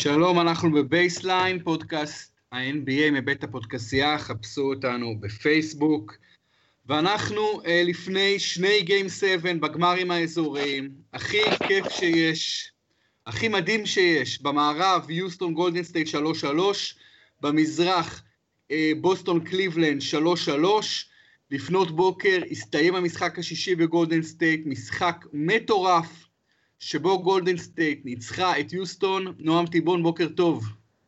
שלום, אנחנו בבייסליין, פודקאסט ה-NBA מבית הפודקאסייה, חפשו אותנו בפייסבוק, ואנחנו לפני שני גיים 7 בגמרים האזוריים, הכי כיף שיש, הכי מדהים שיש, במערב יוסטון גולדן סטייט 3-3, במזרח בוסטון קליבלנד 3-3, לפנות בוקר הסתיים המשחק השישי בגולדן סטייט, משחק מטורף, שבו גולדן סטייט ניצחה את יוסטון. נועם טיבון, בוקר טוב.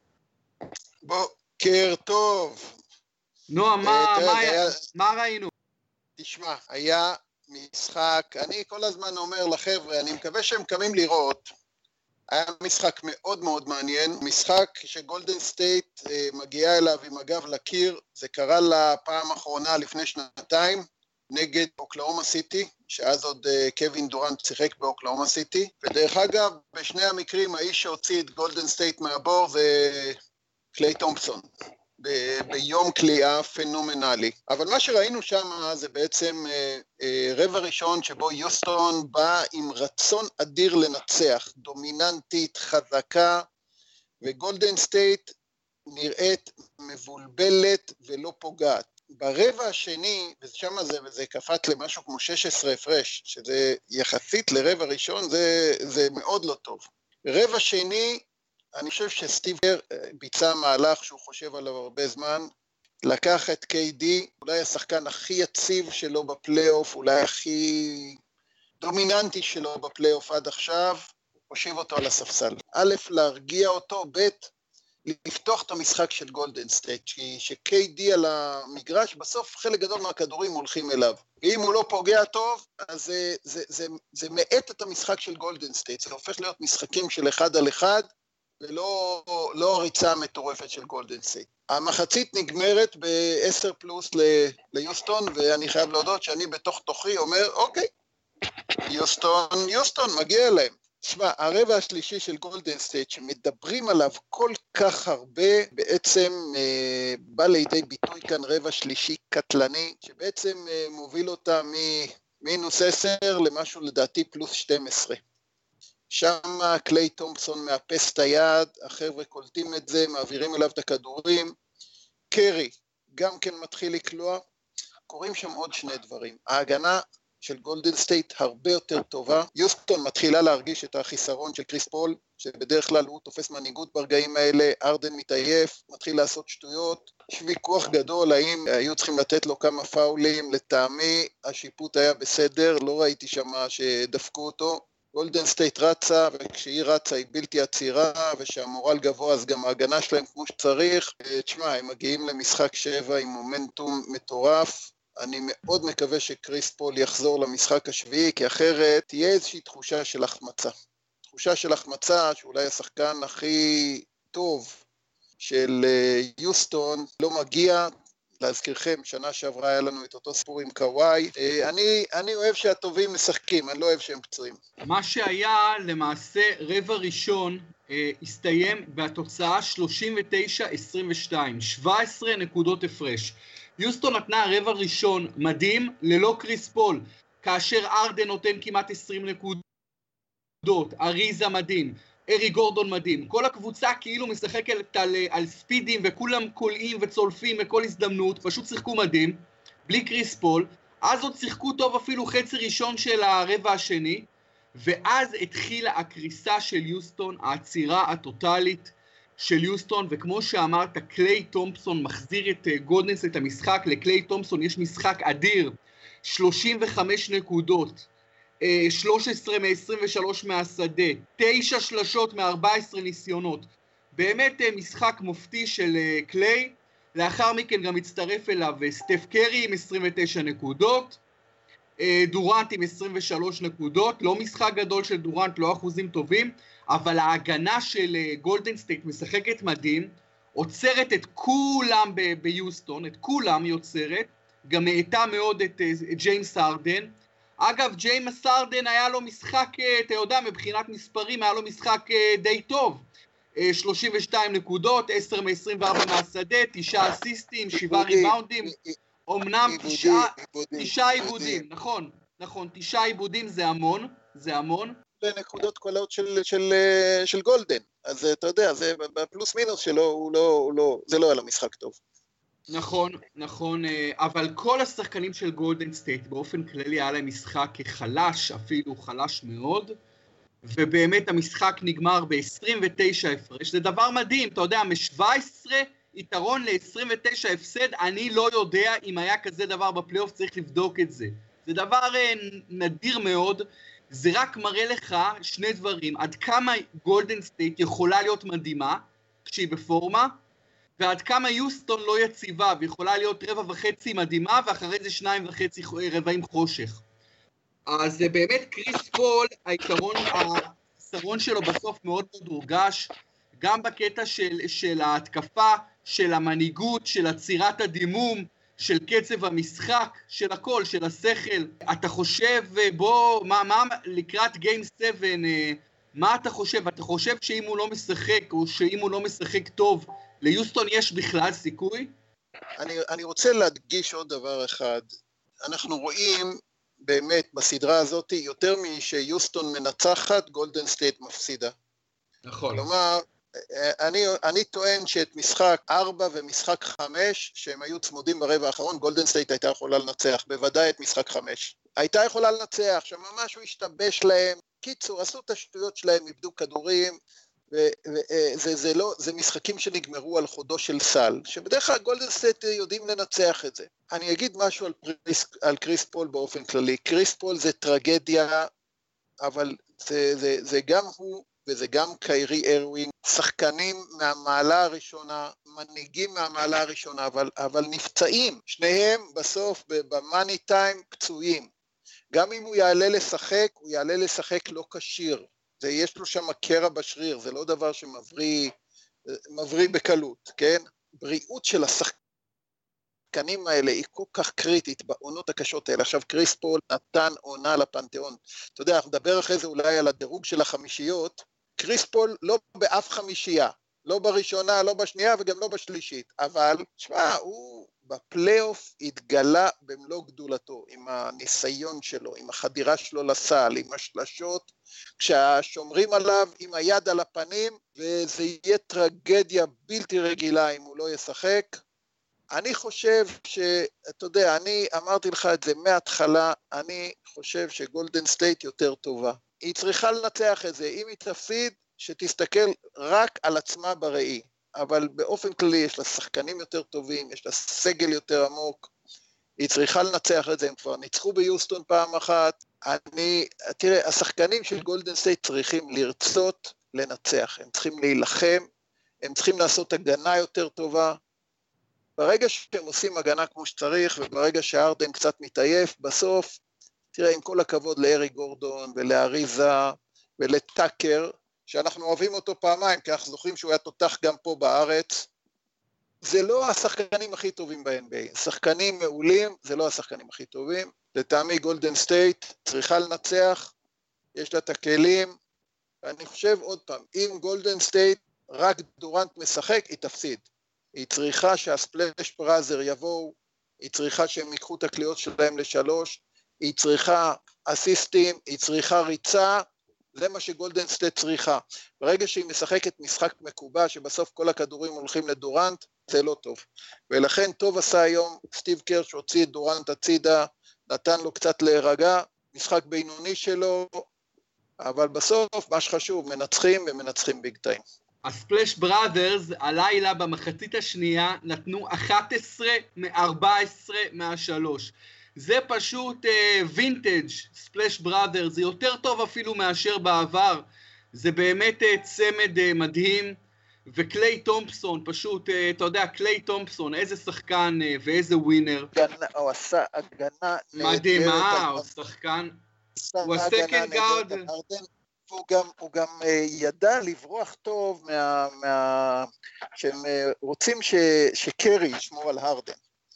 בוקר טוב. נועם, מה ראינו? תשמע, היה משחק, אני כל הזמן אומר לחבר'ה, אני מקווה שהם קמים לראות, היה משחק מאוד מאוד מעניין, משחק שגולדן סטייט מגיעה אליו עם הגב לקיר, זה קרה לפעם האחרונה לפני שנתיים, נגד אוקלאומה סיטי, שאז עוד קווין דורנט שיחק באוקלאומה סיטי, ודרך אגב, בשני המקרים האיש שהוציא את גולדן סטייט מהבור זה קליי תומפסון, ביום קליעה פנומנלי. אבל מה שראינו שם זה בעצם רבע ראשון שבו יוסטון בא עם רצון אדיר לנצח, דומיננטית, חזקה, וגולדן סטייט נראית מבולבלת ולא פוגעת. ברבע השני, ושם זה קפט למשהו כמו 16 הפרש, שזה יחסית לרבע ראשון, זה מאוד לא טוב. רבע שני, אני חושב שסטיב קר ביצע מהלך שהוא חושב עליו הרבה זמן, לקח את KD, אולי השחקן הכי יציב שלו בפלייאוף, אולי הכי דומיננטי שלו בפלייאוף עד עכשיו, הושיב אותו על הספסל. א', להרגיע אותו, ב', לפתוח את המשחק של גולדן סטייט, ש-KD על המגרש, בסוף חלק גדול מהכדורים הולכים אליו. ואם הוא לא פוגע טוב, אז זה מעט את המשחק של גולדן סטייט, זה הופך להיות משחקים של 1 על 1, ולא הריצה המטורפת של גולדן סטייט. המחצית נגמרת ב-10 פלוס ליוסטון, ואני חייב להודות שאני בתוך תוכי אומר, אוקיי, יוסטון מגיע אליהם. תשמע, הרבע השלישי של גולדן סטייט שמדברים עליו כל כך הרבה, בעצם בא לידי ביטוי כאן רבע שלישי קטלני, שבעצם מוביל אותה ממינוס 10 למשהו לדעתי פלוס 12. שם קליי תומפסון מאפס את היד, החבר'ה קולטים את זה, מעבירים אליו את הכדורים, קרי גם כן מתחיל לקלוע, קוראים שם עוד שני דברים, ההגנה של גולדן סטייט הרבה יותר טובה, יוסטון מתחילה להרגיש את החיסרון של קריס פול, שבדרך כלל הוא תופס מנהיגות ברגעים האלה, ארדן מתעייף, מתחיל לעשות שטויות, יש ויכוח גדול, האם היו צריכים לתת לו כמה פאולים, לטעמי השיפוט היה בסדר, לא ראיתי שמה שדפקו אותו, גולדן סטייט רצה, וכשהיא רצה היא בלתי עצירה, ושהמורל גבוה אז גם ההגנה שלהם כמו שצריך, תשמע, הם מגיעים למשחק 7 עם מומנטום מטורף, אני מאוד מקווה שקריס פול יחזור למשחק השביעי, כי אחרת תהיה איזושהי תחושה של החמצה. תחושה של החמצה שאולי השחקן הכי טוב של יוסטון לא מגיע, להזכירכם, שנה שעברה היה לנו את אותו סיפור עם קוואי, אני אוהב שהטובים משחקים, אני לא אוהב שהם פצועים. מה שהיה למעשה רבע ראשון, הסתיים בתוצאה 39-22, 17 נקודות הפרש. יוסטון נתנה רבע ראשון מדהים ללא קריס פול, כאשר ארדן נותן כמעט 20 נקודות, אריזה מדהים, ארי גורדון מדהים, כל הקבוצה כאילו משחקת על ספידים וכולם קולעים וצולפים בכל הזדמנות, פשוט שיחקו מדהים, בלי קריס פול, אז עוד שיחקו טוב אפילו חצי ראשון של הרבע השני, ואז התחילה הקריסה של יוסטון, העצירה הטוטלית של יוסטון, וכמו שאמרת, קליי תומפסון מחזיר את גולדן סטייט למשחק, לקליי תומפסון יש משחק אדיר, 35 נקודות, 13 מ-23 מהשדה, 9 שלשות מ-14 ניסיונות, באמת משחק מופתי של קליי, לאחר מכן גם הצטרף אליו סטף קרי עם 29 נקודות, דורנט עם 23 נקודות, לא משחק גדול של דורנט, לא אחוזים טובים, אבל ההגנה של גולדן סטייט משחקת מדהים, עוצרת את כולם ביוסטון, את כולם היא עוצרת, גם מעטה מאוד את ג'יימס ארדן, אגב ג'יימס ארדן היה לו משחק, אתה יודע, מבחינת מספרים היה לו משחק די טוב, 32 נקודות, 10 מ-24 מהשדה, 9 אסיסטים, 7 ריבאונדים, אמנם 9 עיבודים, נכון, 9 עיבודים זה המון, לנקודות קולעות של גולדן, אז אתה יודע, זה בפלוס מינוס שלו, זה לא היה לו משחק טוב. נכון, נכון, אבל כל השחקנים של גולדן סטייט באופן כללי היה להם משחק חלש, אפילו חלש מאוד, ובאמת המשחק נגמר ב-29 הפרש, זה דבר מדהים, אתה יודע, מ-17 יתרון ל-29 הפסד, אני לא יודע אם היה כזה דבר בפלייאוף, צריך לבדוק את זה. זה דבר נדיר מאוד, זה רק מראה לך שני דברים, עד כמה גולדן סטייט יכולה להיות מדהימה, כשהיא בפורמה, ועד כמה יוסטון לא יציבה, ויכולה להיות רבע וחצי מדהימה, ואחרי זה 2.5 רבעים חושך. אז באמת קריס פול, היתרון שלו בסוף מאוד מאוד הורגש, גם בקטע של ההתקפה, של המנהיגות, של עצירת הדימום, של קצב המשחק, של הכל, של השכל. אתה חושב, לקראת גיים 7, מה אתה חושב? אתה חושב שאם הוא לא משחק, או שאם הוא לא משחק טוב, ליוסטון יש בכלל סיכוי? אני רוצה להדגיש עוד דבר אחד. אנחנו רואים באמת בסדרה הזאת יותר שיוסטון מנצחת, גולדן סטייט מפסידה. נכון. כלומר, אני טוען שאת משחק 4 ומשחק 5, שהם היו צמודים ברבע האחרון, גולדן סטייט הייתה יכולה לנצח, בוודאי את משחק 5. הייתה יכולה לנצח, שממש הוא השתבש להם, קיצור, עשו את השטויות שלהם, איבדו כדורים, זה משחקים שנגמרו על חודו של סל, שבדרך כלל גולדן סטייט יודעים לנצח את זה. אני אגיד משהו על קריס פול באופן כללי. קריס פול זה טרגדיה, אבל זה גם הוא וזה גם קיירי ארווינג, שחקנים מהמעלה הראשונה, מנהיגים מהמעלה הראשונה, אבל נפצעים, שניהם בסוף במאני טיים פצועים. גם אם הוא יעלה לשחק לא כשיר. יש לו שם קרע בשריר, זה לא דבר שמבריא בקלות, כן? בריאות של השחקנים האלה היא כל כך קריטית בעונות הקשות האלה. עכשיו קריס פול נתן עונה לפנתיאון. אתה יודע, אנחנו נדבר אחרי זה אולי על הדירוג של החמישיות. קריס פול לא באף חמישייה, לא בראשונה, לא בשנייה וגם לא בשלישית, אבל שמע, הוא בפלייאוף התגלה במלוא גדולתו, עם הניסיון שלו, עם החדירה שלו לסל, עם השלשות, כששומרים עליו עם היד על הפנים, וזה יהיה טרגדיה בלתי רגילה אם הוא לא ישחק. אני חושב אתה יודע, אני אמרתי לך את זה מההתחלה, אני חושב שגולדן סטייט יותר טובה. היא צריכה לנצח את זה, אם היא תפסיד, שתסתכל רק על עצמה בראי, אבל באופן כללי יש לה שחקנים יותר טובים, יש לה סגל יותר עמוק, היא צריכה לנצח את זה, הם כבר ניצחו ביוסטון פעם אחת, תראה, השחקנים של גולדן סטייט צריכים לרצות לנצח, הם צריכים להילחם, הם צריכים לעשות הגנה יותר טובה, ברגע שהם עושים הגנה כמו שצריך, וברגע שהארדן קצת מתעייף, בסוף, תראה, עם כל הכבוד לארי גורדון ולאריזה ולטאקר, שאנחנו אוהבים אותו פעמיים, כי אנחנו זוכרים שהוא היה תותח גם פה בארץ, זה לא השחקנים הכי טובים ב-NBA, שחקנים מעולים, זה לא השחקנים הכי טובים, לטעמי גולדן סטייט צריכה לנצח, יש לה את הכלים, ואני חושב עוד פעם, אם גולדן סטייט רק דורנט משחק, היא תפסיד, היא צריכה שהספלש פראזר יבואו, היא צריכה שהם ייקחו את הקליעות שלהם ל3, היא צריכה אסיסטים, היא צריכה ריצה, זה מה שגולדן סטייט צריכה. ברגע שהיא משחקת משחק מקובע, שבסוף כל הכדורים הולכים לדורנט, זה לא טוב. ולכן טוב עשה היום סטיב קר שהוציא את דורנט הצידה, נתן לו קצת להירגע, משחק בינוני שלו, אבל בסוף מה שחשוב, מנצחים ומנצחים ביג טיים. הספלש בראדרס הלילה במחצית השנייה נתנו 11 מ-14 מה-3. זה פשוט וינטג' ספלש בראדרס, זה יותר טוב אפילו מאשר בעבר. זה באמת צמד מדהים, וקליי תומפסון, פשוט, אתה יודע, קליי תומפסון, איזה שחקן ואיזה ווינר. הוא עשה הגנה מדהימה, הוא שחקן, הוא הסקנד גארד. הוא גם ידע לברוח טוב שהם רוצים שקרי ישמור על הרדן.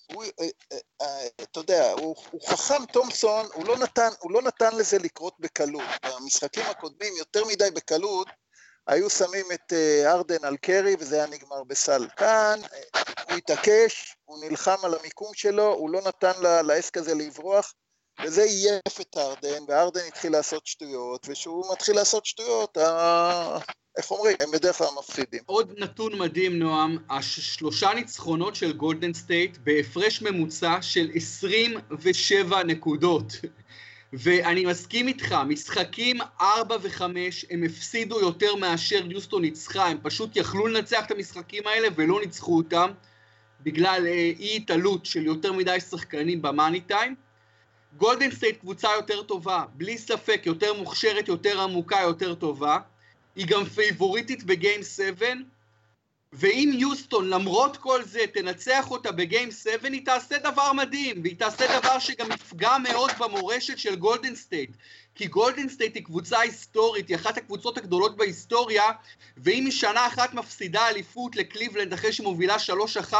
אתה יודע, הוא חכם תומפסון, הוא לא נתן לזה לקרות בקלות. במשחקים הקודמים יותר מדי בקלות, היו שמים את הרדן על קרי וזה היה נגמר בסל. כאן הוא התעקש, הוא נלחם על המיקום שלו, הוא לא נתן לעסק הזה לברוח, וזה עייף את ארדן, וארדן התחיל לעשות שטויות, ושהוא מתחיל לעשות שטויות, איך אומרים? הם בדרך כלל מפסידים. עוד נתון מדהים, נועם, השלושה ניצחונות של גולדן סטייט בהפרש ממוצע של 27 נקודות. ואני מסכים איתך, משחקים 4 ו-5 הם הפסידו יותר מאשר יוסטון ניצחה, הם פשוט יכלו לנצח את המשחקים האלה ולא ניצחו אותם, בגלל אי התעלות של יותר מדי שחקנים במאני טיים. גולדן סטייט קבוצה יותר טובה, בלי ספק, יותר מוכשרת, יותר עמוקה, יותר טובה. היא גם פייבוריטית בגיים 7, ואם יוסטון למרות כל זה תנצח אותה בגיים 7, היא תעשה דבר מדהים, והיא תעשה דבר שגם יפגע מאוד במורשת של גולדן סטייט, כי גולדן סטייט היא קבוצה היסטורית, היא אחת הקבוצות הגדולות בהיסטוריה, ואם היא שנה אחת מפסידה אליפות לקליבלנד אחרי שמובילה 3-1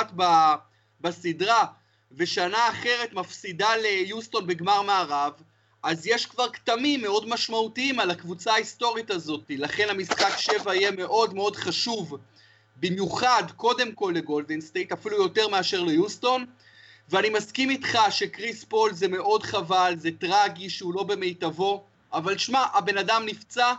בסדרה, ושנה אחרת מפסידה ליוסטון בגמר מערב, אז יש כבר כתמים מאוד משמעותיים על הקבוצה ההיסטורית הזאת, לכן המשחק 7 יהיה מאוד מאוד חשוב, במיוחד קודם כל לגולדן סטייט, אפילו יותר מאשר ליוסטון, ואני מסכים איתך שקריס פול זה מאוד חבל, זה טרגי שהוא לא במיטבו, אבל שמע, הבן אדם נפצע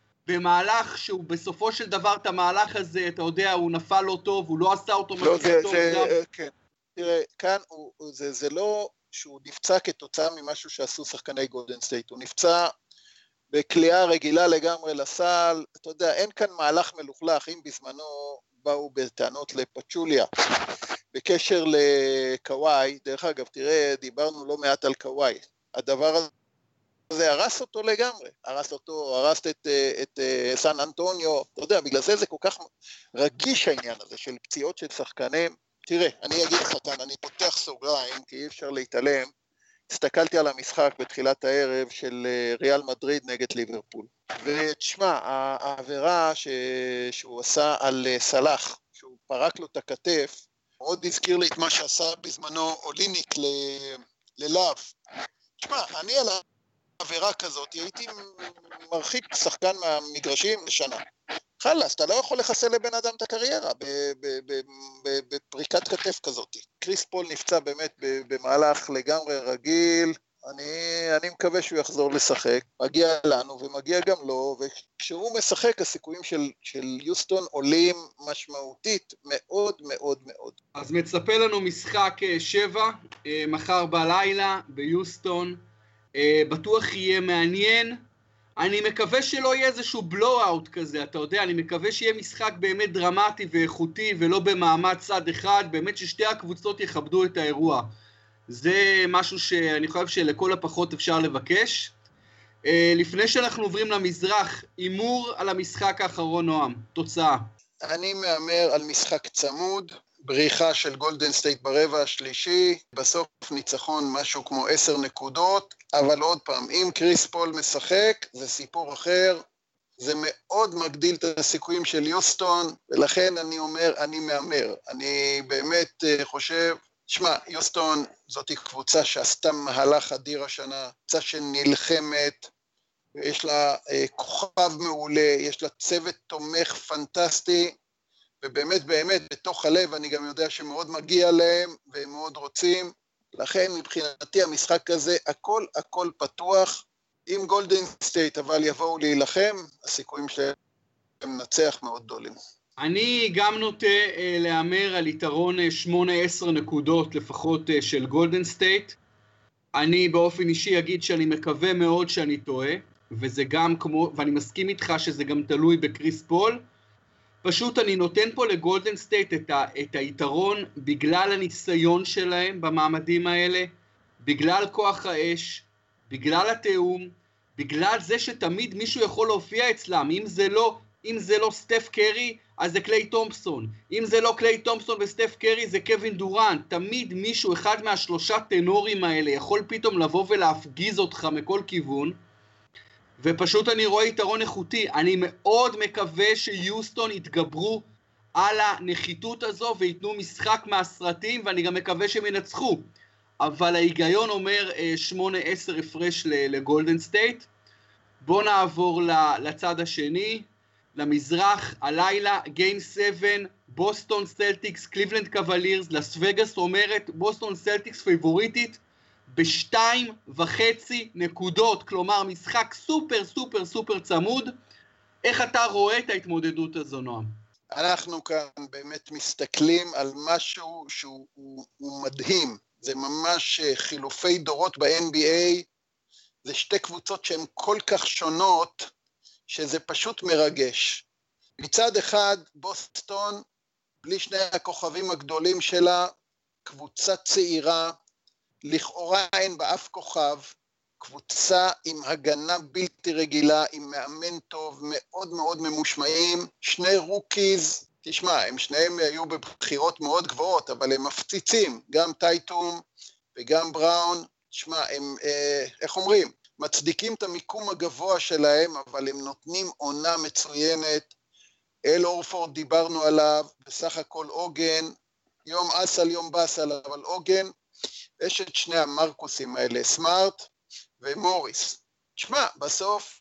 במהלך שהוא בסופו של דבר את המהלך הזה, אתה יודע, הוא נפל לא טוב, הוא לא עשה אותו לא, כן. תראה, כאן זה לא שהוא נפצע כתוצאה ממשהו שעשו שחקני גולדן סטייט, הוא נפצע בקליעה רגילה לגמרי לסל, אתה יודע, אין כאן מהלך מלוכלך, אם בזמנו באו בטענות לפצ'וליה, בקשר לקוואי, דרך אגב, תראה, דיברנו לא מעט על קוואי, הדבר הזה הרס אותו לגמרי, הרס את סן אנטוניו, אתה יודע, בגלל זה כל כך רגיש העניין הזה של פציעות של שחקנים. תראה, אני אגיד לך כאן, אני פותח סוגריים, כי אי אפשר להתעלם, הסתכלתי על המשחק בתחילת הערב של ריאל מדריד נגד ליברפול, ותשמע, העבירה שהוא עשה על סלאח, שהוא פרק לו את הכתף, מאוד הזכיר לי את מה שעשה בזמנו אוליניק ללאב. תשמע, אני על העבירה כזאת, הייתי מרחיק שחקן מהמגרשים לשנה. חלס, אתה לא יכול לחסל לבן אדם את הקריירה בפריקת כתף כזאת. קריס פול נפצע באמת במהלך לגמרי רגיל, אני מקווה שהוא יחזור לשחק, מגיע לנו ומגיע גם לו, וכשהוא משחק הסיכויים של יוסטון עולים משמעותית מאוד מאוד מאוד. אז מצפה לנו משחק 7, מחר בלילה ביוסטון, בטוח יהיה מעניין, אני מקווה שלא יהיה איזשהו בלואו-אוט כזה, אתה יודע, אני מקווה שיהיה משחק באמת דרמטי ואיכותי, ולא במעמד צד אחד, באמת ששתי הקבוצות יכבדו את האירוע. זה משהו שאני חושב שלכל הפחות אפשר לבקש. לפני שאנחנו עוברים למזרח, אימור על המשחק האחרון, נועם, תוצאה. אני מאמר על משחק צמוד, בריחה של גולדן סטייט ברבע השלישי, בסוף ניצחון משהו כמו 10 נקודות, אבל עוד פעם, אם קריס פול משחק, זה סיפור אחר, זה מאוד מגדיל את הסיכויים של יוסטון, ולכן אני אומר, אני מאמר, אני באמת חושב, שמע, יוסטון זאת קבוצה שעשתה מהלך אדיר השנה, קבוצה שנלחמת, יש לה כוכב מעולה, יש לה צוות תומך פנטסטי, ובאמת באמת בתוך הלב אני גם יודע שמאוד מגיע להם והם מאוד רוצים, לכן מבחינתי המשחק הזה הכל פתוח, עם גולדן סטייט אבל יבואו להילחם, הסיכויים שלהם לנצח מאוד גדולים. אני גם נוטה לאמר על יתרון 8-10 נקודות לפחות של גולדן סטייט, אני באופן אישי אגיד שאני מקווה מאוד שאני טועה, וזה גם כמו, ואני מסכים איתך שזה גם תלוי בקריס פול, פשוט אני נותן פה לגולדן סטייט את היתרון בגלל הניסיון שלהם במעמדים האלה, בגלל כוח האש, בגלל התאום, בגלל זה שתמיד מישהו יכול להופיע אצלם, אם זה לא סטף קרי, אז זה קליי תומפסון, אם זה לא קליי תומפסון וסטף קרי, זה קווין דורנט, תמיד מישהו, אחד מהשלושה טנורים האלה, יכול פתאום לבוא ולהפגיז אותך מכל כיוון, ופשוט אני רואה יתרון איכותי, אני מאוד מקווה שיוסטון יתגברו על הנחיתות הזו ויתנו משחק מהסרטים, ואני גם מקווה שהם ינצחו, אבל ההיגיון אומר 8-10 הפרש לגולדן סטייט. בואו נעבור לצד השני, למזרח, הלילה, גיים 7, בוסטון סלטיקס, קליבלנד קוולירס, לס וגאס אומרת, בוסטון סלטיקס פייבוריטית, ב2.5 נקודות, כלומר משחק סופר סופר סופר צמוד. איך אתה רואה את ההתמודדות הזו, נועם? אנחנו כאן באמת מסתכלים על משהו שהוא מדהים, זה ממש חילופי דורות ב-NBA, זה שתי קבוצות שהן כל כך שונות, שזה פשוט מרגש. מצד אחד, בוסטון, בלי שני הכוכבים הגדולים שלה, קבוצה צעירה, לכאורה אין בה אף כוכב, קבוצה עם הגנה בלתי רגילה, עם מאמן טוב, מאוד מאוד ממושמעים, שני רוקיז, תשמע, הם שניהם היו בבחירות מאוד גבוהות, אבל הם מפציצים, גם טייטום וגם בראון, תשמע, הם, איך אומרים, מצדיקים את המיקום הגבוה שלהם, אבל הם נותנים עונה מצוינת, אל אורפורד דיברנו עליו, בסך הכל אוגן, יום אסל יום בסל, אבל אוגן, יש את שני המרקוסים האלה, סמארט ומוריס. תשמע, בסוף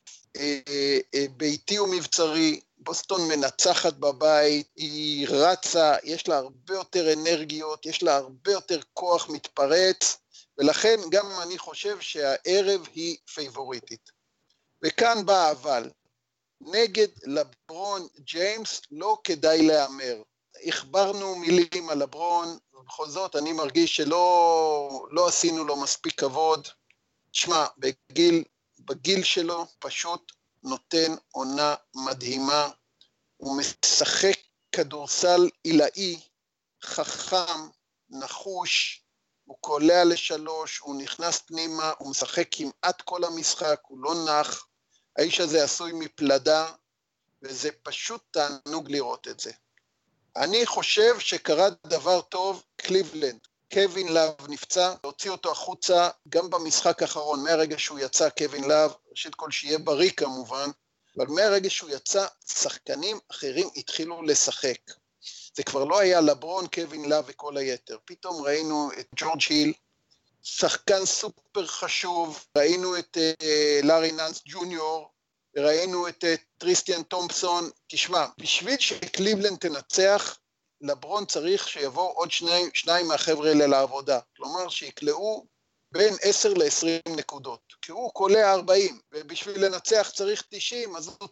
ביתי ומבצרי, בוסטון מנצחת בבית, היא רצה, יש לה הרבה יותר אנרגיות, יש לה הרבה יותר כוח מתפרץ, ולכן גם אני חושב שהערב היא פייבוריטית. וכאן בא אבל, נגד לברון ג'יימס לא כדאי להאמר. הכברנו מילים על לברון, ובכל זאת אני מרגיש שלא עשינו לו מספיק כבוד. תשמע, בגיל שלו פשוט נותן עונה מדהימה, הוא משחק כדורסל עילאי, חכם, נחוש, הוא קולע לשלוש, הוא נכנס פנימה, הוא משחק כמעט כל המשחק, הוא לא נח, האיש הזה עשוי מפלדה, וזה פשוט תענוג לראות את זה. אני חושב שקרה דבר טוב, קליבלנד, קווין לב נפצע, הוציא אותו החוצה גם במשחק האחרון, מהרגע שהוא יצא קווין לב, ראשית כל שיהיה בריא כמובן, אבל מהרגע שהוא יצא, שחקנים אחרים התחילו לשחק. זה כבר לא היה לברון, קווין לב וכל היתר. פתאום ראינו את ג'ורג' היל, שחקן סופר חשוב, ראינו את לארי נאנס ג'וניור, ראינו את טריסטיאן תומפסון. תשמע, בשביל שקליבלנד תנצח, לברון צריך שיבואו עוד שניים מהחבר'ה האלה לעבודה. כלומר, שיקלעו בין 10 ל-20 נקודות. כי הוא קולע 40, ובשביל לנצח צריך 90, אז הוא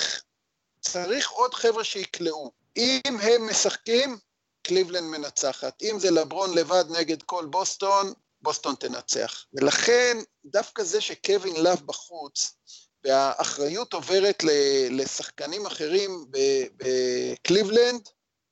צריך עוד חבר'ה שיקלעו. אם הם משחקים, קליבלנד מנצחת. אם זה לברון לבד נגד כל בוסטון, בוסטון תנצח. ולכן, דווקא זה שקווין לב בחוץ, והאחריות עוברת לשחקנים אחרים בקליבלנד,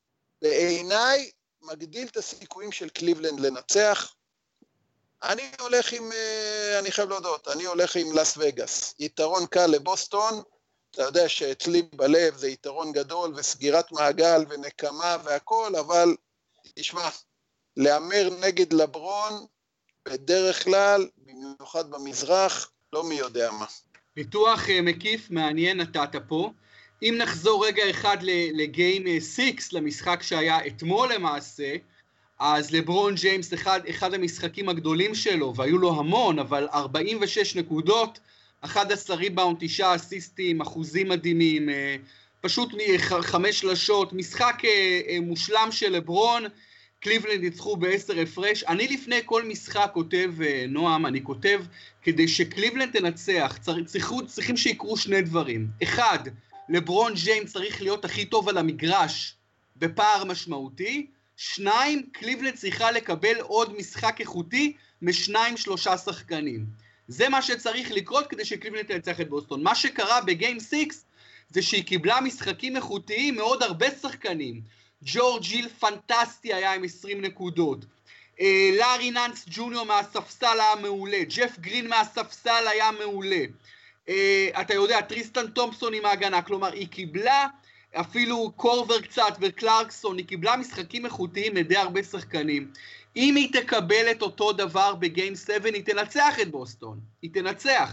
בעיניי מגדיל את הסיכויים של קליבלנד לנצח. אני חייב להודות, אני הולך עם לס וגאס. יתרון קל לבוסטון, אתה יודע שאצלי בלב זה יתרון גדול וסגירת מעגל ונקמה והכל, אבל תשמע, לאמר נגד לברון, בדרך כלל, במיוחד במזרח, לא מי יודע מה. פיתוח מקיף מעניין נתת פה. אם נחזור רגע אחד לגיים 6, למשחק שהיה אתמול למעשה, אז לברון ג'יימס, אחד המשחקים הגדולים שלו, והיו לו המון, אבל 46 נקודות, 11 ריבאונד, 9 אסיסטים, אחוזים מדהימים, פשוט 5 שלשות, משחק מושלם של לברון, קליבלנד ניצחו ב10 הפרש. אני לפני כל משחק כותב, נועם, אני כותב, כדי שקליבלנד תנצח, צריכים שיקרו שני דברים. אחד, לברון ג'יימס צריך להיות הכי טוב על המגרש בפער משמעותי. 2, קליבלנד צריכה לקבל עוד משחק איכותי מ2-3 שחקנים. זה מה שצריך לקרות כדי שקליבלנד תנצח את בוסטון. מה שקרה בגיים 6 זה שהיא קיבלה משחקים איכותיים מאוד הרבה שחקנים. ג'ורג' היל פנטסטי היה עם 20 נקודות. לארי נאנס ג'וניור מהספסל היה מעולה. ג'ף גרין מהספסל היה מעולה. אתה יודע, טריסטן תומפסון עם ההגנה. כלומר, היא קיבלה אפילו קורבר קצת וקלרקסון, היא קיבלה משחקים איכותיים לידי הרבה שחקנים. אם היא תקבל את אותו דבר בגיים 7, היא תנצח את בוסטון. היא תנצח.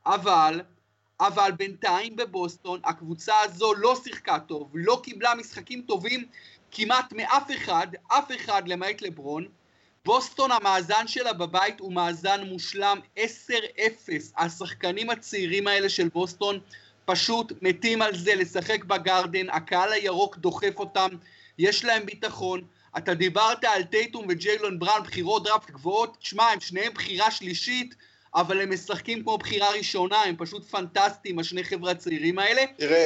אבל בינתיים בבוסטון, הקבוצה הזו לא שיחקה טוב, לא קיבלה משחקים טובים כמעט מאף אחד למעט לברון. בוסטון, המאזן שלה בבית הוא מאזן מושלם 10-0. השחקנים הצעירים האלה של בוסטון פשוט מתים על זה לשחק בגרדן, הקהל הירוק דוחף אותם, יש להם ביטחון. אתה דיברת על טייטום וג'יילן בראון, בחירות דראפט גבוהות, תשמע, הם שניהם בחירה שלישית, אבל הם משחקים כמו בחירה ראשונה, הם פשוט פנטסטיים, השני חבר'ה הצעירים האלה.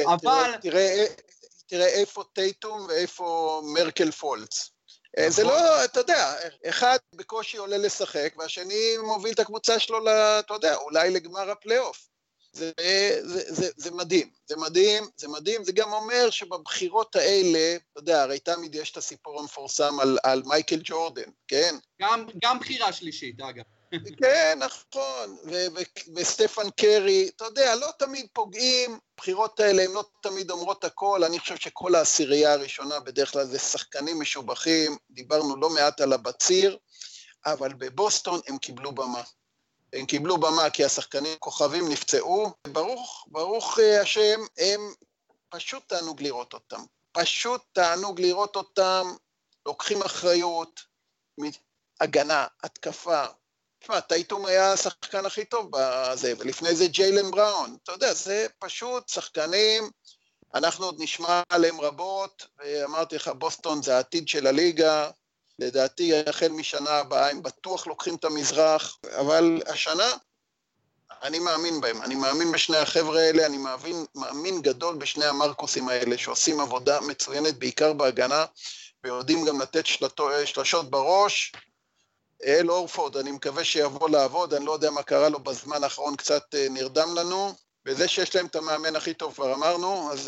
תראה איפה טייטום ואיפה מרקל פולץ. זה לא, אתה יודע, אחד בקושי עולה לשחק, והשני מוביל את הקבוצה שלו, אתה יודע, אולי לגמר הפלייאוף. זה מדהים, זה מדהים, זה גם אומר שבבחירות האלה, אתה יודע, הרי תמיד יש את הסיפור המפורסם על מייקל ג'ורדן, כן? גם בחירה שלישית, אגב. כן, נכון, וסטפן קרי, אתה יודע, לא תמיד פוגעים, הבחירות האלה הן לא תמיד אומרות הכל, אני חושב שכל העשירייה הראשונה בדרך כלל זה שחקנים משובחים, דיברנו לא מעט על הבציר, אבל בבוסטון הם קיבלו במה. הם קיבלו במה כי השחקנים כוכבים נפצעו, ברוך השם, הם פשוט תענוג לראות אותם, לוקחים אחריות, הגנה, התקפה, תשמע, טייטום היה השחקן הכי טוב בזה, ולפני זה ג'יילן בראון, אתה יודע, זה פשוט שחקנים, אנחנו עוד נשמע עליהם רבות, ואמרתי לך, בוסטון זה העתיד של הליגה, לדעתי החל משנה הבאה, הם בטוח לוקחים את המזרח, אבל השנה, אני מאמין בהם, אני מאמין בשני החבר'ה האלה, אני מאמין גדול בשני המרקוסים האלה, שעושים עבודה מצוינת, בעיקר בהגנה, ויודעים גם לתת שלשות בראש, אל אורפורד, אני מקווה שיבוא לעבוד, אני לא יודע מה קרה לו בזמן האחרון, קצת נרדם לנו, וזה שיש להם את המאמן הכי טוב, כבר אמרנו, אז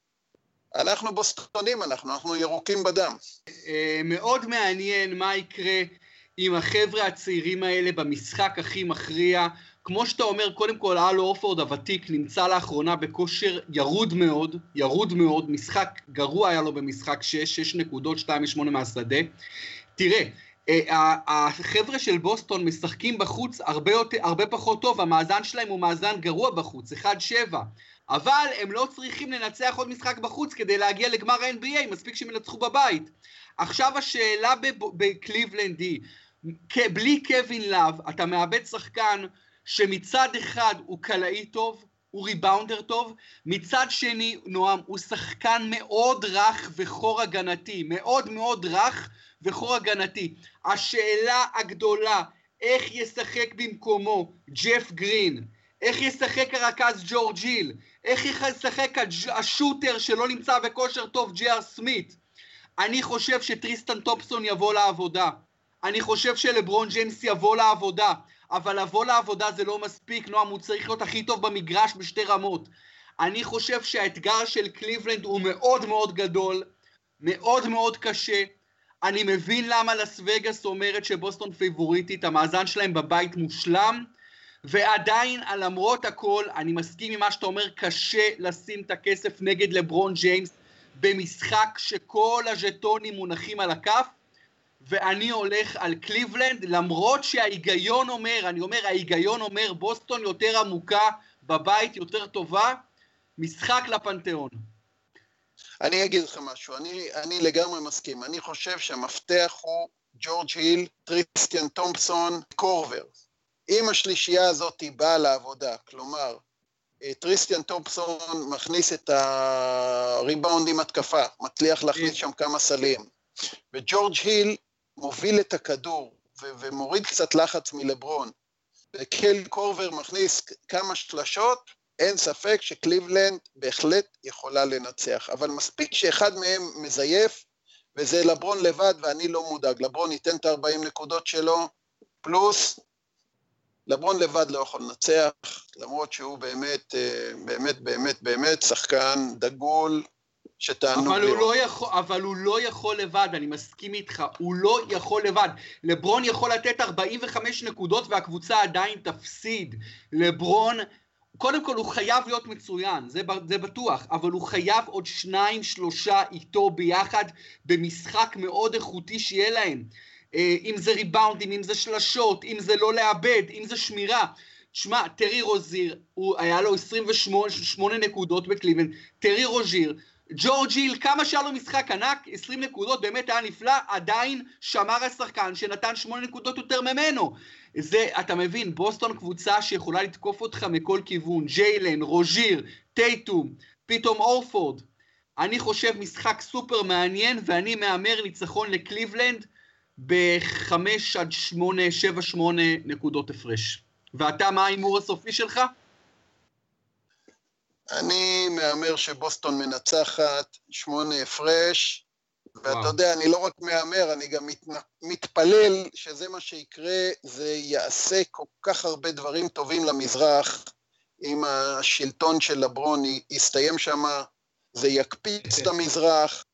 אנחנו בוסטונים, אנחנו ירוקים בדם. מאוד מעניין מה יקרה עם החבר'ה הצעירים האלה במשחק הכי מכריע, כמו שאתה אומר, קודם כל, אל אורפורד הוותיק נמצא לאחרונה בכושר ירוד מאוד, משחק גרוע היה לו במשחק 6 נקודות, 2-8 מהשדה, תראה, החבר'ה של בוסטון משחקים בחוץ הרבה פחות טוב, המאזן שלהם הוא מאזן גרוע בחוץ, 1-7, אבל הם לא צריכים לנצח עוד משחק בחוץ כדי להגיע לגמר ה-NBA, מספיק שהם ינצחו בבית. עכשיו השאלה בקליבלנד היא, בלי קווין לב, אתה מאבד שחקן שמצד אחד הוא קלעי טוב, הוא ריבאונדר טוב, מצד שני, נועם, הוא שחקן מאוד רך וחור הגנתי, מאוד רך וחור הגנתי. השאלה הגדולה, איך ישחק במקומו ג'ף גרין, איך ישחק הרכז ג'ורג' היל, איך ישחק השוטר שלא נמצא בכושר טוב ג'י.אר. סמית. אני חושב שטריסטן תומפסון יבוא לעבודה, אני חושב שלברון ג'יימס יבוא לעבודה, אבל לבוא לעבודה זה לא מספיק, נועם, הוא צריך להיות הכי טוב במגרש בשתי רמות. אני חושב שהאתגר של קליבלנד הוא מאוד גדול, מאוד קשה. אני מבין למה לס וגאס אומרת שבוסטון פיבוריטית, המאזן שלהם בבית מושלם, ועדיין, למרות הכל, אני מסכים עם מה שאתה אומר, קשה לשים את הכסף נגד לברון ג'יימס, במשחק שכל הז'טונים מונחים על הכף, ואני הולך על קליבלנד, למרות שההיגיון אומר, בוסטון יותר עמוקה, בבית יותר טובה, משחק לפנתיאון. אני אגיד לך משהו, אני לגמרי מסכים, אני חושב שהמפתח הוא ג'ורג' היל, טריסטיאן תומפסון, קורבר. אם השלישייה הזאת היא באה לעבודה, כלומר, טריסטיאן תומפסון מכניס את הריבאונד עם התקפה, מצליח להכניס שם כמה סלים, וג'ורג' היל מוביל את הכדור ומוריד קצת לחץ מלברון, וקל קורבר מכניס כמה שלשות, אין ספק שקליבלנד בהחלט יכולה לנצח, אבל מספיק שאחד מהם מזייף, וזה לברון לבד, ואני לא מודאג, לברון ייתן את 40 נקודות שלו, פלוס, לברון לבד לא יכול לנצח, למרות שהוא באמת שחקן דגול, אבל הוא לא יכול לבד, אני מסכים איתך, הוא לא יכול לבד. לברון יכול לתת 45 נקודות והקבוצה עדיין תפסיד. לברון, קודם כל הוא חייב להיות מצוין, זה בטוח, אבל הוא חייב עוד 2-3 איתו ביחד במשחק מאוד איכותי שיהיה להם. אם זה ריבאונדים, אם זה שלשות, אם זה לא לאבד, אם זה שמירה. תשמע, טרי רוזיר, היה לו 28 נקודות בקליבלנד, טרי רוזיר, ג'ורג' היל, כמה שהיה לו משחק ענק, 20 נקודות, באמת היה נפלא, עדיין שמר השחקן שנתן 8 נקודות יותר ממנו. זה, אתה מבין, בוסטון קבוצה שיכולה לתקוף אותך מכל כיוון, ג'יילן, רוז'יר, טייטום, פתאום אורפורד. אני חושב משחק סופר מעניין, ואני מאמר ניצחון לקליבלנד ב-5-8, 7-8 נקודות הפרש. ואתה, מה האימור הסופי שלך? אני מאמר שבוסטון מנצחת 8 הפרש, ואתה יודע, אני לא רק מאמר, אני גם מתפלל שזה מה שיקרה, זה יעשה כל כך הרבה דברים טובים למזרח, אם השלטון של לברון יסתיים שם, זה יקפיץ את המזרח,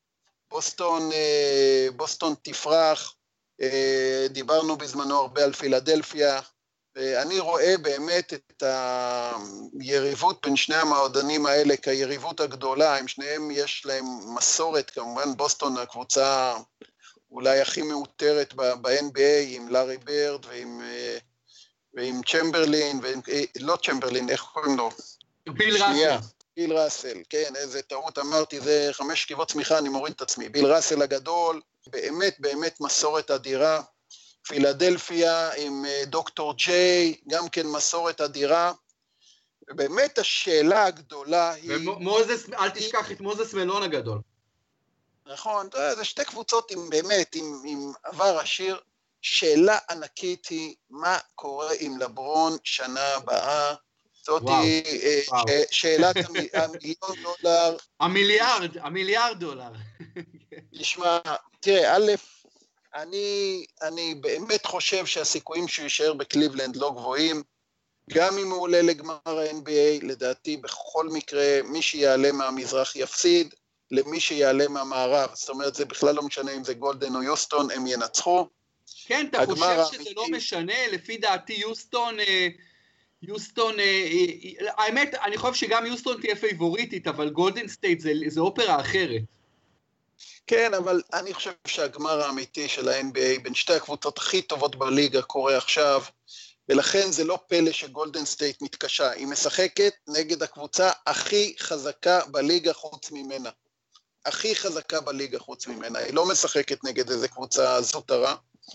בוסטון תפרח, דיברנו בזמנו הרבה על פילדלפיה, אני רואה באמת את היריבות בין שני המועדונים האלה כיריבות הגדולה, עם שניהם יש להם מסורת, כמובן בוסטון הקבוצה אולי הכי מאותרת ב-NBA, עם לארי בירד ועם צ'מברלין, לא צ'מברלין, איך קוראים לו? ביל ראסל. ביל ראסל, כן, איזה טעות אמרתי, זה 5 שכיבות צמיחה, אני מוריד את עצמי. ביל ראסל הגדול, באמת מסורת אדירה. פילדלפיה עם דוקטור ג'יי, גם כן מסורת אדירה. ובאמת השאלה הגדולה היא... ומוזס, אל תשכח את מוזס מלון הגדול. נכון, זה שתי קבוצות עם עבר עשיר. שאלה ענקית היא, מה קורה עם לברון שנה הבאה? זאת היא שאלת המיליון דולר. המיליארד דולר. תשמע, תראה, א', אני באמת חושב שהסיכויים שהוא יישאר בקליבלנד לא גבוהים, גם אם הוא עולה לגמר ה-NBA, לדעתי בכל מקרה מי שיעלה מהמזרח יפסיד, למי שיעלה מהמערב, זאת אומרת זה בכלל לא משנה אם זה גולדן או יוסטון, הם ינצחו. כן, אתה חושב שזה לא משנה, לפי דעתי יוסטון, האמת, אני חושב שגם יוסטון תהיה פייבוריטית, אבל גולדן סטייט זה אופרה אחרת. כן, אבל אני חושב שהגמר האמיתי של ה-NBA בין שתי הקבוצות הכי טובות בליגה קורה עכשיו, ולכן זה לא פלא שגולדן סטייט מתקשה, היא משחקת נגד הקבוצה הכי חזקה בליגה חוץ ממנה. הכי חזקה בליגה חוץ ממנה, היא לא משחקת נגד איזה קבוצה זוטרה.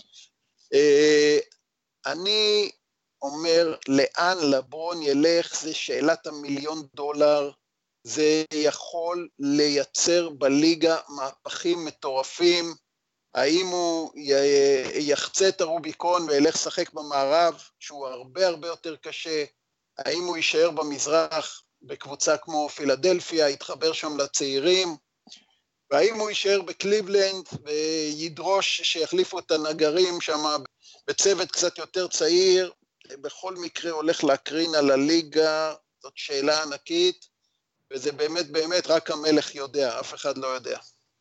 אני אומר, לאן לברון ילך, זה שאלת $1,000,000, זה יכול לייצר בליגה מהפכים מטורפים, האם הוא יחצה את הרוביקון וילך לשחק במערב, שהוא הרבה הרבה יותר קשה, האם הוא יישאר במזרח בקבוצה כמו פילדלפיה, יתחבר שם לצעירים, והאם הוא יישאר בקליבלנד וידרוש שיחליפו את הנגרים שם בצוות קצת יותר צעיר, בכל מקרה הולך להקרין על הליגה, זאת שאלה ענקית, וזה באמת רק המלך יודע, אף אחד לא יודע.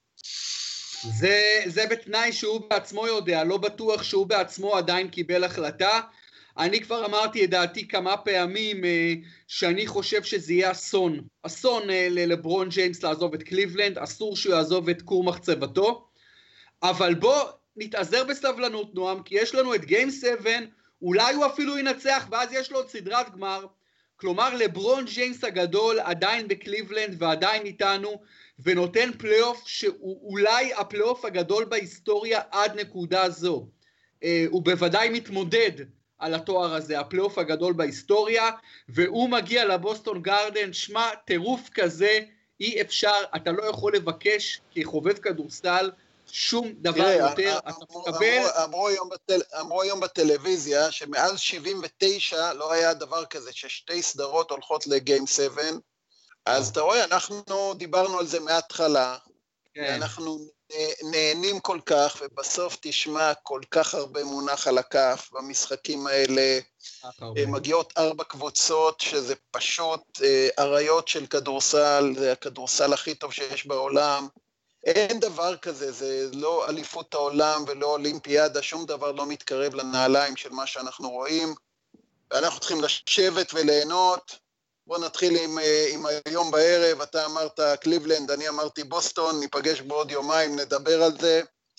זה בתנאי שהוא בעצמו יודע, לא בטוח שהוא בעצמו עדיין קיבל החלטה. אני כבר אמרתי את דעתי כמה פעמים שאני חושב שזה יהיה אסון לברון ג'יימס לעזוב את קליבלנד, אסור שהוא יעזוב את כור מחצבתו, אבל בוא נתעזר בסבלנות נועם, כי יש לנו את גיים 7, אולי הוא אפילו ינצח, ואז יש לו עוד סדרת גמר, כלומר לברון ג'יימס הגדול עדיין בקליבלנד ועדיין איתנו, ונותן פלייאוף שהוא אולי הפלייאוף הגדול בהיסטוריה עד נקודה זו. הוא בוודאי מתמודד על התואר הזה, הפלייאוף הגדול בהיסטוריה, והוא מגיע לבוסטון גארדן, שמה טירוף כזה, אי אפשר, אתה לא יכול לבקש כחובב כדורסל, שום דבר יותר, אתה מקבל... אמרו היום בטלוויזיה שמאז 79 לא היה דבר כזה, ששתי סדרות הולכות לגיים 7, אז אתה רואה, אנחנו דיברנו על זה מההתחלה, ואנחנו נהנים כל כך, ובסוף תשמע כל כך הרבה מונח על הכף במשחקים האלה, מגיעות 4 קבוצות, שזה פשוט עריות של כדורסל, זה הכדורסל הכי טוב שיש בעולם, אין דבר כזה, זה לא אליפות העולם ולא אולימפיאדה, שום דבר לא מתקרב לנעליים של מה שאנחנו רואים, ואנחנו צריכים לשבת וליהנות. בוא נתחיל עם היום בערב, אתה אמרת קליבלנד, אני אמרתי בוסטון, ניפגש בעוד יומיים, נדבר על זה.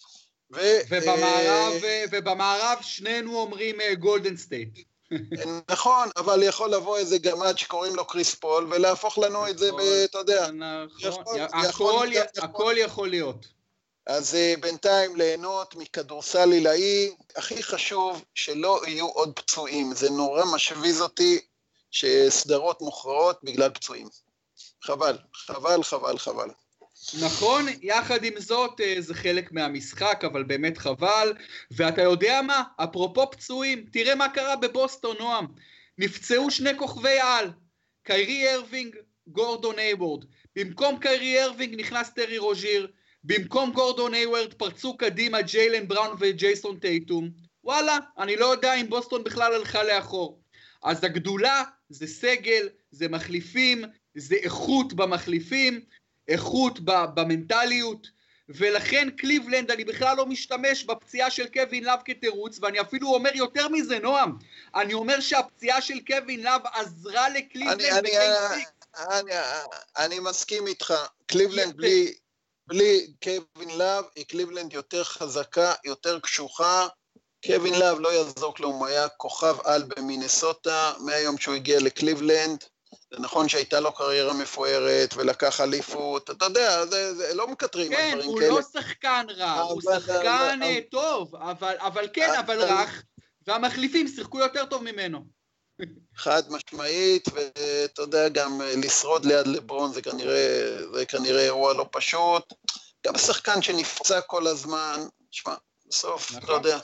ובמערב שנינו אומרים גולדן סטייט. נכון, אבל יכול לבוא איזה גמד שקוראים לו קריס פול, ולהפוך לנו את זה, אתה יודע. הכל יכול להיות. אז בינתיים ליהנות מכדורסל עילאי, הכי חשוב שלא יהיו עוד פצועים, זה נורא משוויז אותי שסדרות מוכרעות בגלל פצועים. חבל. נכון, יחד עם זאת זה חלק מהמשחק, אבל באמת חבל, ואתה יודע מה? אפרופו פצועים, תראה מה קרה בבוסטון, נועם. נפצעו 2 כוכבי על, קיירי ארווינג, גורדון היוורד. במקום קיירי ארווינג נכנס טרי רוז'יר, במקום גורדון היוורד פרצו קדימה ג'יילן בראון וג'ייסון טייטום. וואלה, אני לא יודע אם בוסטון בכלל הלכה לאחור. אז הגדולה זה סגל, זה מחליפים, זה איכות במחליפים, איכות במנטליות, ולכן קליבלנד אני בכלל לא משתמש בפציעה של קווין לב כתירוץ, ואני אפילו אומר יותר מזה, נועם, אני אומר שהפציעה של קווין לב עזרה לקליבלנד אני מסכים איתך, קליבלנד בלי קווין לב, היא קליבלנד יותר חזקה, יותר קשוחה, קווין לב לא יעזור כלום, הוא היה כוכב על במינסוטה, מהיום שהוא הגיע לקליבלנד, זה נכון שהייתה לו קריירה מפוארת ולקח אליפות, אתה יודע, זה לא מקטרים כן, על דברים הוא כאלה. לא שחקן רע, הוא שחקן טוב, אבל כן, אבל רך, והמחליפים שיחקו יותר טוב ממנו. חד משמעית, ואתה יודע, גם לשרוד ליד לברון זה כנראה אירוע לא פשוט, גם שחקן שנפצע כל הזמן, תשמע, בסוף, אתה יודע.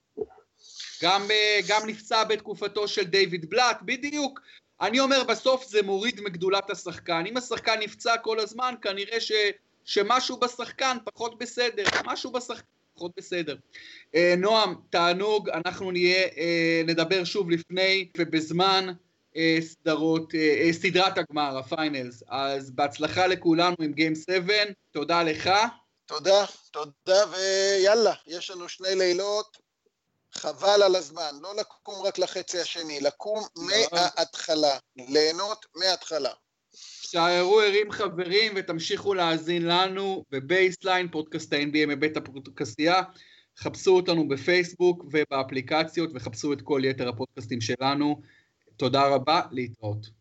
גם נפצע בתקופתו של דיוויד בלאט, בדיוק. אני אומר, בסוף זה מוריד מגדולת השחקן. אם השחקן נפצע כל הזמן, כנראה שמשהו בשחקן פחות בסדר. משהו בשחקן פחות בסדר. נועם, תענוג, אנחנו נדבר שוב לפני ובזמן סדרת הגמר, הפיינלס. אז בהצלחה לכולנו עם גיים 7. תודה לך. תודה, ויאללה, יש לנו 2 לילות. חבל על הזמן, לא לקום רק לחצי השני, לקום מההתחלה, ליהנות מההתחלה. שערו ערים חברים ותמשיכו להאזין לנו בבייסליין, פודקאסט ה-NBA מבית הפודקאסטייה, חפשו אותנו בפייסבוק ובאפליקציות וחפשו את כל יתר הפודקאסטים שלנו. תודה רבה, להתראות.